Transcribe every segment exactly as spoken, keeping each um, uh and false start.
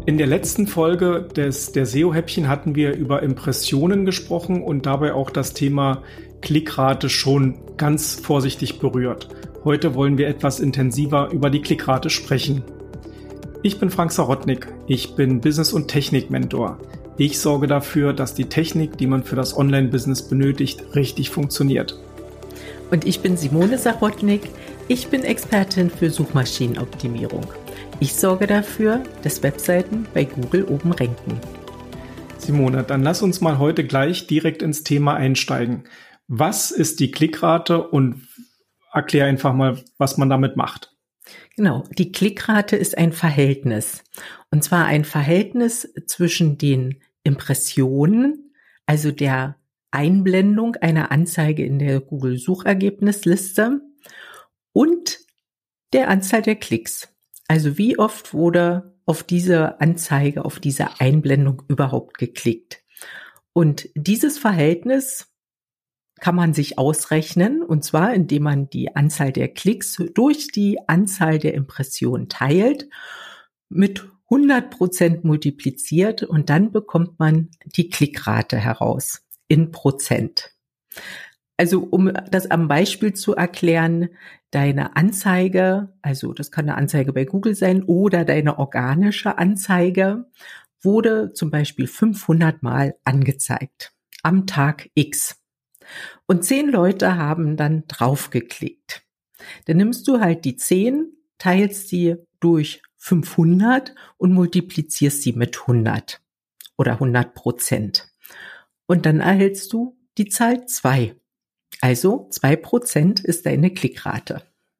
In der letzten Folge des, der S E O-Häppchen hatten wir über Impressionen gesprochen und dabei auch das Thema Klickrate schon ganz vorsichtig berührt. Heute wollen wir etwas intensiver über die Klickrate sprechen. Ich bin Frank Sarotnik. Ich bin Business- und Technik-Mentor. Ich sorge dafür, dass die Technik, die man für das Online-Business benötigt, richtig funktioniert. Und ich bin Simone Sarotnik. Ich bin Expertin für Suchmaschinenoptimierung. Ich sorge dafür, dass Webseiten bei Google oben ranken. Simone, dann lass uns mal heute gleich direkt ins Thema einsteigen. Was ist die Klickrate und erklär einfach mal, was man damit macht. Genau, die Klickrate ist ein Verhältnis. Und zwar ein Verhältnis zwischen den Impressionen, also der Einblendung einer Anzeige in der Google-Suchergebnisliste und der Anzahl der Klicks. Also wie oft wurde auf diese Anzeige, auf diese Einblendung überhaupt geklickt? Und dieses Verhältnis kann man sich ausrechnen, und zwar indem man die Anzahl der Klicks durch die Anzahl der Impressionen teilt, mit hundert Prozent multipliziert und dann bekommt man die Klickrate heraus in Prozent. Also um das am Beispiel zu erklären, deine Anzeige, also das kann eine Anzeige bei Google sein oder deine organische Anzeige, wurde zum Beispiel fünfhundert Mal angezeigt am Tag X. Und zehn Leute haben dann draufgeklickt. Dann nimmst du halt die zehn, teilst sie durch fünfhundert und multiplizierst sie mit hundert oder hundert Prozent. Und dann erhältst du die Zahl zwei. Also zwei Prozent ist deine Klickrate.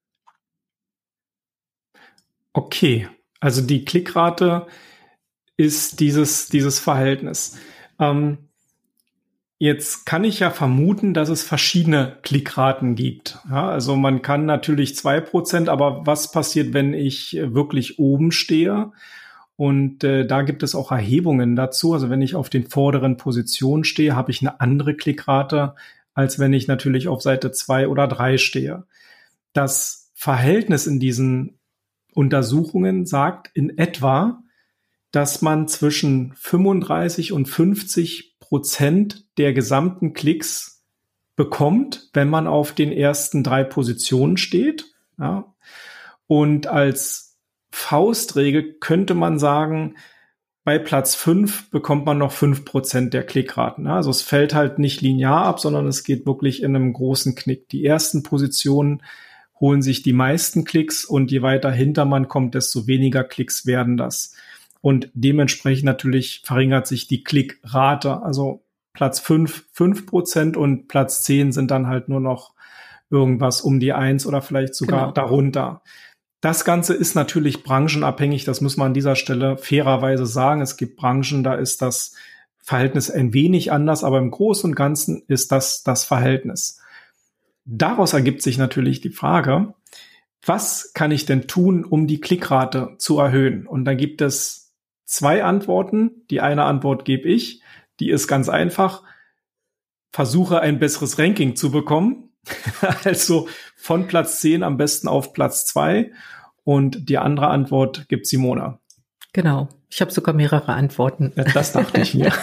Okay, also die Klickrate ist dieses, dieses Verhältnis. Ähm, jetzt kann ich ja vermuten, dass es verschiedene Klickraten gibt. Ja, also man kann natürlich zwei Prozent, aber was passiert, wenn ich wirklich oben stehe? Und äh, da gibt es auch Erhebungen dazu. Also wenn ich auf den vorderen Positionen stehe, habe ich eine andere Klickrate, als wenn ich natürlich auf Seite zwei oder drei stehe. Das Verhältnis in diesen Untersuchungen sagt in etwa, dass man zwischen fünfunddreißig und fünfzig Prozent der gesamten Klicks bekommt, wenn man auf den ersten drei Positionen steht. Ja. Und als Faustregel könnte man sagen, bei Platz fünf bekommt man noch fünf Prozent der Klickraten. Also es fällt halt nicht linear ab, sondern es geht wirklich in einem großen Knick. Die ersten Positionen holen sich die meisten Klicks und je weiter hinter man kommt, desto weniger Klicks werden das. Und dementsprechend natürlich verringert sich die Klickrate. Also Platz fünf, fünf Prozent und Platz zehn sind dann halt nur noch irgendwas um die eins oder vielleicht sogar Genau. darunter. Das Ganze ist natürlich branchenabhängig, das muss man an dieser Stelle fairerweise sagen. Es gibt Branchen, da ist das Verhältnis ein wenig anders, aber im Großen und Ganzen ist das das Verhältnis. Daraus ergibt sich natürlich die Frage, was kann ich denn tun, um die Klickrate zu erhöhen? Und da gibt es zwei Antworten. Die eine Antwort gebe ich, die ist ganz einfach. Versuche ein besseres Ranking zu bekommen. Also von Platz zehn am besten auf Platz zwei. Und die andere Antwort gibt Simona. Genau, ich habe sogar mehrere Antworten. Ja, das dachte ich mir.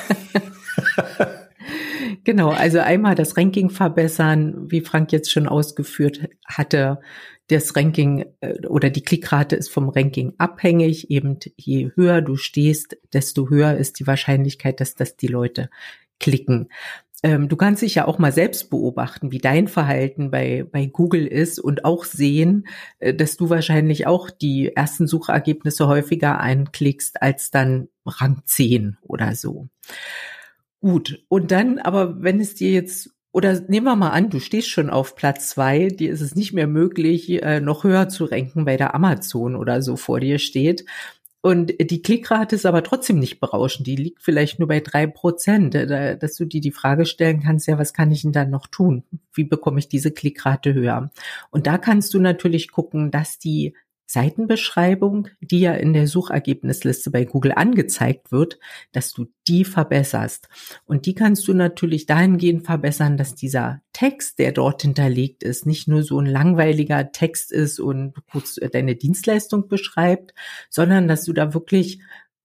Genau, also einmal das Ranking verbessern, wie Frank jetzt schon ausgeführt hatte. Das Ranking äh, oder die Klickrate ist vom Ranking abhängig. Eben je höher du stehst, desto höher ist die Wahrscheinlichkeit, dass das die Leute klicken. Ähm, du kannst dich ja auch mal selbst beobachten, wie dein Verhalten bei, bei Google ist und auch sehen, äh, dass du wahrscheinlich auch die ersten Suchergebnisse häufiger einklickst als dann Rang zehn oder so. Gut, und dann, aber wenn es dir jetzt, oder nehmen wir mal an, du stehst schon auf Platz zwei, dir ist es nicht mehr möglich, äh, noch höher zu ranken, weil der Amazon oder so vor dir steht. Und die Klickrate ist aber trotzdem nicht berauschend, die liegt vielleicht nur bei drei Prozent, dass du dir die Frage stellen kannst, ja, was kann ich denn dann noch tun? Wie bekomme ich diese Klickrate höher? Und da kannst du natürlich gucken, dass die Seitenbeschreibung, die ja in der Suchergebnisliste bei Google angezeigt wird, dass du die verbesserst. Und die kannst du natürlich dahingehend verbessern, dass dieser Text, der dort hinterlegt ist, nicht nur so ein langweiliger Text ist und kurz deine Dienstleistung beschreibt, sondern dass du da wirklich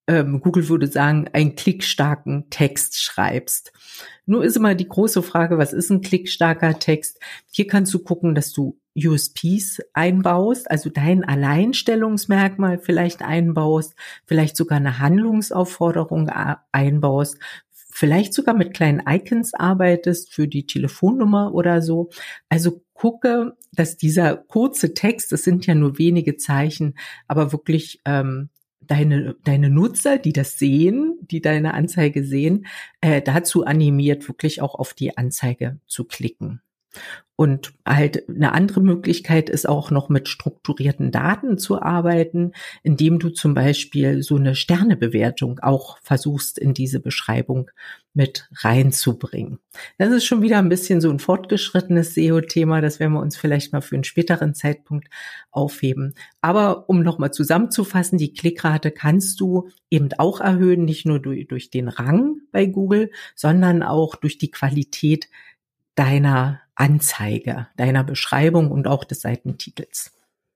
ähm, Google würde sagen, einen klickstarken Text schreibst. Nur ist immer die große Frage, was ist ein klickstarker Text? Hier kannst du gucken, dass du U S Ps einbaust, also dein Alleinstellungsmerkmal vielleicht einbaust, vielleicht sogar eine Handlungsaufforderung einbaust, vielleicht sogar mit kleinen Icons arbeitest für die Telefonnummer oder so. Also gucke, dass dieser kurze Text, das sind ja nur wenige Zeichen, aber wirklich ähm, deine deine Nutzer, die das sehen, die deine Anzeige sehen, äh, dazu animiert, wirklich auch auf die Anzeige zu klicken. Und halt eine andere Möglichkeit ist auch noch mit strukturierten Daten zu arbeiten, indem du zum Beispiel so eine Sternebewertung auch versuchst, in diese Beschreibung mit reinzubringen. Das ist schon wieder ein bisschen so ein fortgeschrittenes S E O-Thema, das werden wir uns vielleicht mal für einen späteren Zeitpunkt aufheben. Aber um nochmal zusammenzufassen, die Klickrate kannst du eben auch erhöhen, nicht nur durch, durch den Rang bei Google, sondern auch durch die Qualität deiner Anzeige, deiner Beschreibung und auch des Seitentitels.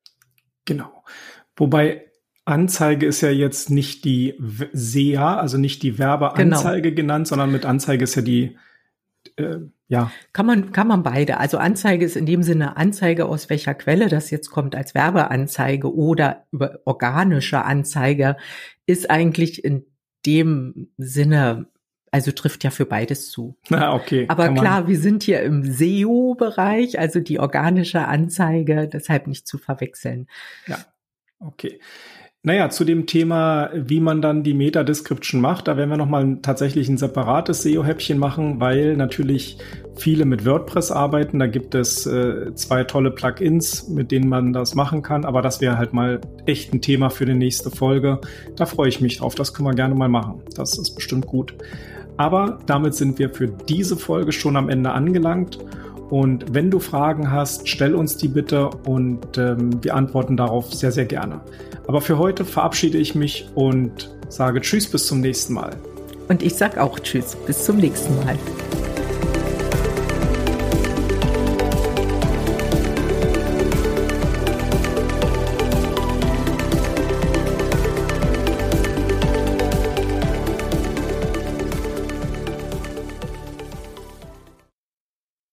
Genau. Wobei Anzeige ist ja jetzt nicht die S E A, also nicht die Werbeanzeige genau. genannt, sondern mit Anzeige ist ja die, äh, ja. Kann man, kann man beide. Also Anzeige ist in dem Sinne Anzeige aus welcher Quelle das jetzt kommt als Werbeanzeige oder über organische Anzeige ist eigentlich in dem Sinne, also trifft ja für beides zu. Ah, okay. Aber klar, wir sind hier im S E O-Bereich, also die organische Anzeige, deshalb nicht zu verwechseln. Ja, okay. Naja, zu dem Thema, wie man dann die Meta-Description macht, da werden wir nochmal tatsächlich ein separates S E O-Häppchen machen, weil natürlich viele mit WordPress arbeiten. Da gibt es äh, zwei tolle Plugins, mit denen man das machen kann. Aber das wäre halt mal echt ein Thema für die nächste Folge. Da freue ich mich drauf. Das können wir gerne mal machen. Das ist bestimmt gut. Aber damit sind wir für diese Folge schon am Ende angelangt. Und wenn du Fragen hast, stell uns die bitte und ähm, wir antworten darauf sehr, sehr gerne. Aber für heute verabschiede ich mich und sage Tschüss, bis zum nächsten Mal. Und ich sage auch Tschüss, bis zum nächsten Mal.